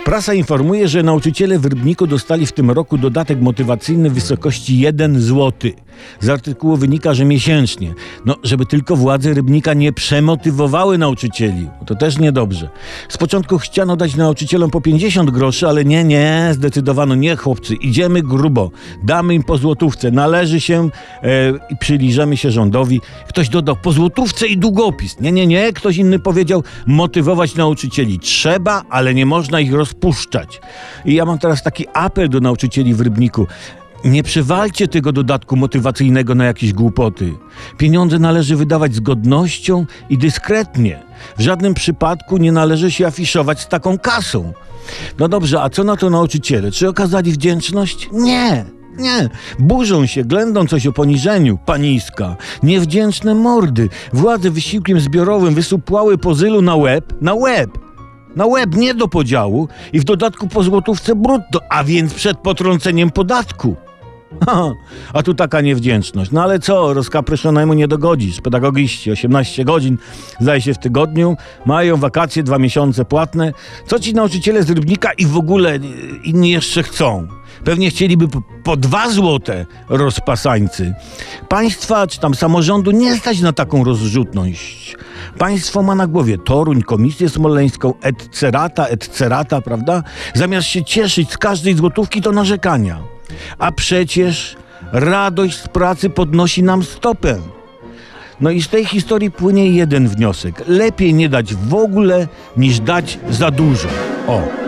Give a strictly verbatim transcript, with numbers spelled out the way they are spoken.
Prasa informuje, że nauczyciele w Rybniku dostali w tym roku dodatek motywacyjny w wysokości jeden złoty. Z artykułu wynika, że miesięcznie. No, żeby tylko władze Rybnika nie przemotywowały nauczycieli. To też niedobrze. Z początku chciano dać nauczycielom po pięćdziesiąt groszy, ale nie, nie, zdecydowano, nie chłopcy, idziemy grubo. Damy im po złotówce, należy się e, i przyliżemy się rządowi. Ktoś dodał po złotówce i długopis. Nie, nie, nie, ktoś inny powiedział motywować nauczycieli. Trzeba, ale nie można ich rozpuszczać. I ja mam teraz taki apel do nauczycieli w Rybniku. Nie przewalcie tego dodatku motywacyjnego na jakieś głupoty. Pieniądze należy wydawać z godnością i dyskretnie. W żadnym przypadku nie należy się afiszować z taką kasą. No dobrze, a co na to nauczyciele? Czy okazali wdzięczność? Nie. Nie, burzą się, ględą coś o poniżeniu, paniska. Niewdzięczne mordy. Władze wysiłkiem zbiorowym wysupłały pozylu na łeb, na łeb. Na łeb, nie do podziału i w dodatku po złotówce brutto, a więc przed potrąceniem podatku. Ha, a tu taka niewdzięczność. No ale co, rozkapryszonemu nie dogodzisz. Pedagogiści osiemnaście godzin, zdaje się w tygodniu, mają wakacje, dwa miesiące płatne. Co ci nauczyciele z Rybnika i w ogóle inni jeszcze chcą? Pewnie chcieliby po, po dwa złote rozpasańcy. Państwa czy tam samorządu nie stać na taką rozrzutność. Państwo ma na głowie Toruń, Komisję Smoleńską, et cerata, et cerata, prawda? Zamiast się cieszyć z każdej złotówki, to narzekania. A przecież radość z pracy podnosi nam stopę. No i z tej historii płynie jeden wniosek. Lepiej nie dać w ogóle, niż dać za dużo. O.